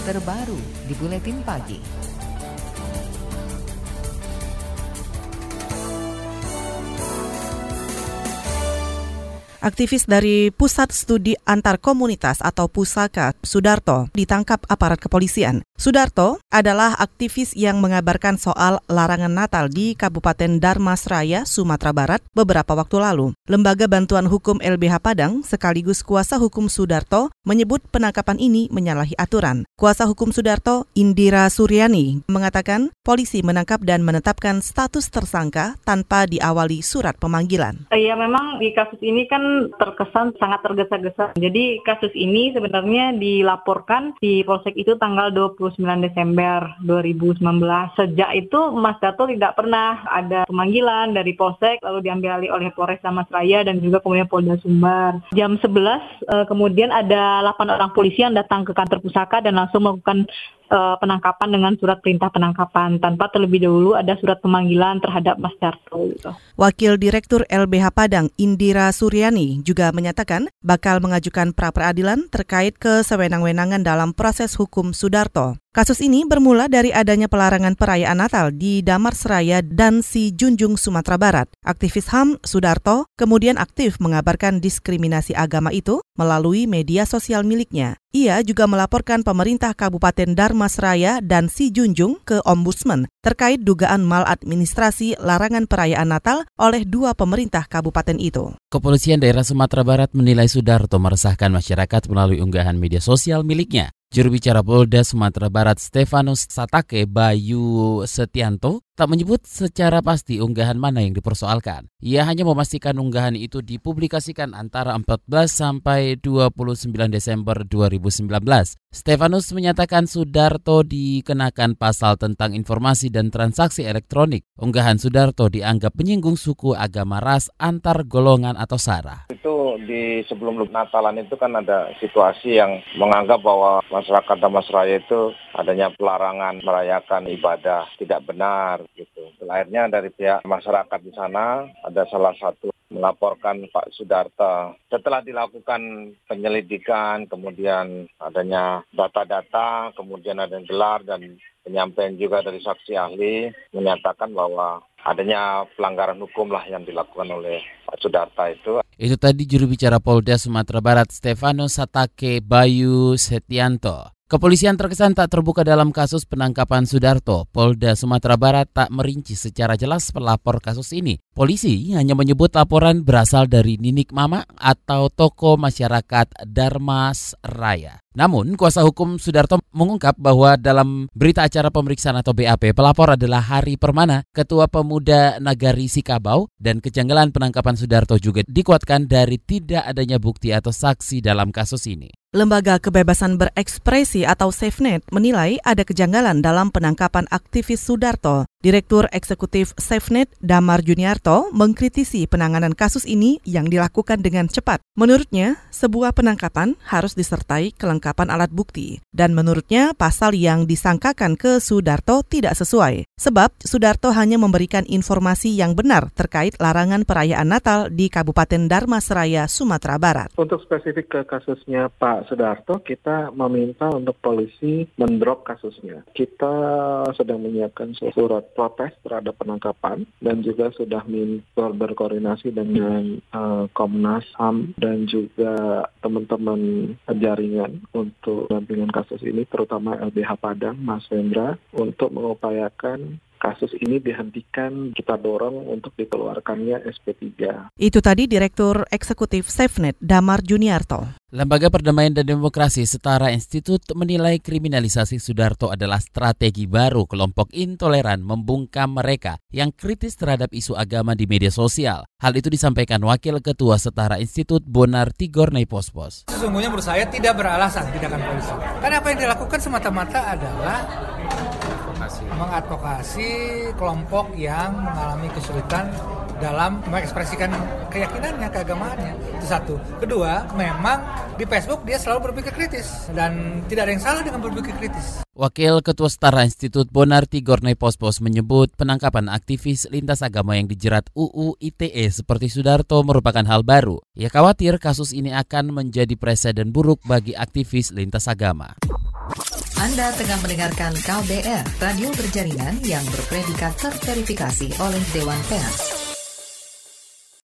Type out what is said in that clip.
terbaru di Buletin Pagi. Aktivis dari Pusat Studi Antar Komunitas atau Pusaka, Sudarto, ditangkap aparat kepolisian. Sudarto adalah aktivis yang mengabarkan soal larangan Natal di Kabupaten Dharmasraya, Sumatera Barat beberapa waktu lalu. Lembaga Bantuan Hukum LBH Padang sekaligus kuasa hukum Sudarto menyebut penangkapan ini menyalahi aturan. Kuasa hukum Sudarto, Indira Suryani, mengatakan polisi menangkap dan menetapkan status tersangka tanpa diawali surat pemanggilan. Ya memang di kasus ini kan terkesan sangat tergesa-gesa. Jadi kasus ini sebenarnya dilaporkan di Polsek itu tanggal 29 Desember 2019. Sejak itu Mas Dato tidak pernah ada pemanggilan dari Polsek, lalu diambil alih oleh Polres Dharmasraya dan juga kemudian Polda Sumbar. Jam 11 kemudian ada 8 orang polisi yang datang ke kantor pusaka dan langsung melakukan penangkapan dengan surat perintah penangkapan tanpa terlebih dahulu ada surat pemanggilan terhadap Mas Darto. Gitu. Wakil Direktur LBH Padang Indira Suryani juga menyatakan bakal mengajukan pra-peradilan terkait kesewenang-wenangan dalam proses hukum Sudarto. Kasus ini bermula dari adanya pelarangan perayaan Natal di Dharmasraya dan Sijunjung, Sumatera Barat. Aktivis HAM Sudarto kemudian aktif mengabarkan diskriminasi agama itu melalui media sosial miliknya. Ia juga melaporkan pemerintah Kabupaten Dharmasraya dan Sijunjung ke Ombudsman terkait dugaan maladministrasi larangan perayaan Natal oleh 2 pemerintah kabupaten itu. Kepolisian daerah Sumatera Barat menilai Sudarto meresahkan masyarakat melalui unggahan media sosial miliknya. Juru bicara Polda Sumatera Barat Stefanus Satake Bayu Setianto tak menyebut secara pasti unggahan mana yang dipersoalkan. Ia hanya memastikan unggahan itu dipublikasikan antara 14 sampai 29 Desember 2019. Stefanus menyatakan Sudarto dikenakan pasal tentang informasi dan transaksi elektronik. Unggahan Sudarto dianggap menyinggung suku, agama, ras, antar golongan atau sara. Itu di sebelum Natalan itu kan ada situasi yang menganggap bahwa masyarakat Dharmasraya itu adanya pelarangan merayakan ibadah tidak benar gitu. Akhirnya dari pihak masyarakat di sana ada salah satu melaporkan Pak Sudarto. Setelah dilakukan penyelidikan, kemudian adanya data-data, kemudian ada gelar dan penyampaian juga dari saksi ahli menyatakan bahwa adanya pelanggaran hukum lah yang dilakukan oleh Pak Sudarto itu. Itu tadi juru bicara Polda Sumatera Barat Stefanus Satake Bayu Setianto. Kepolisian terkesan tak terbuka dalam kasus penangkapan Sudarto. Polda Sumatera Barat tak merinci secara jelas pelapor kasus ini. Polisi hanya menyebut laporan berasal dari Ninik Mama atau tokoh masyarakat Dharmasraya. Namun, kuasa hukum Sudarto mengungkap bahwa dalam berita acara pemeriksaan atau BAP, pelapor adalah Hari Permana, Ketua Pemuda Nagari Sikabau, dan kejanggalan penangkapan Sudarto juga dikuatkan dari tidak adanya bukti atau saksi dalam kasus ini. Lembaga Kebebasan Berekspresi atau SafeNet menilai ada kejanggalan dalam penangkapan aktivis Sudarto. Direktur Eksekutif SafeNet, Damar Juniarto, mengkritisi penanganan kasus ini yang dilakukan dengan cepat. Menurutnya, sebuah penangkapan harus disertai kelengkapan alat bukti. Dan menurutnya, pasal yang disangkakan ke Sudarto tidak sesuai. Sebab, Sudarto hanya memberikan informasi yang benar terkait larangan perayaan Natal di Kabupaten Dharmasraya, Sumatera Barat. Untuk spesifik ke kasusnya Pak Sudarto, kita meminta untuk polisi mendrop kasusnya. Kita sedang menyiapkan surat protes terhadap penangkapan dan juga sudah berkoordinasi dengan Komnas HAM dan juga teman-teman jaringan untuk dampingan kasus ini, terutama LBH Padang, Mas Wendra, untuk mengupayakan kasus ini dihentikan, kita dorong untuk dikeluarkannya SP3. Itu tadi Direktur Eksekutif SafeNet, Damar Juniarto. Lembaga Perdamaian dan Demokrasi Setara Institut menilai kriminalisasi Sudarto adalah strategi baru kelompok intoleran membungkam mereka yang kritis terhadap isu agama di media sosial. Hal itu disampaikan Wakil Ketua Setara Institut Bonar Tigor Naipospos. Sesungguhnya menurut saya tidak beralasan tindakan polisi. Karena apa yang dilakukan semata-mata adalah mengadvokasi kelompok yang mengalami kesulitan dalam mengekspresikan keyakinannya, keagamaannya. Itu satu. Kedua, memang di Facebook dia selalu berpikir kritis dan tidak ada yang salah dengan berpikir kritis. Wakil Ketua Setara Institut Bonar Tigor Naipospos menyebut penangkapan aktivis lintas agama yang dijerat UU ITE seperti Sudarto merupakan hal baru. Ia khawatir kasus ini akan menjadi presiden buruk bagi aktivis lintas agama. Anda tengah mendengarkan KBR, radio berjaringan yang berpredikat terverifikasi oleh Dewan Pers.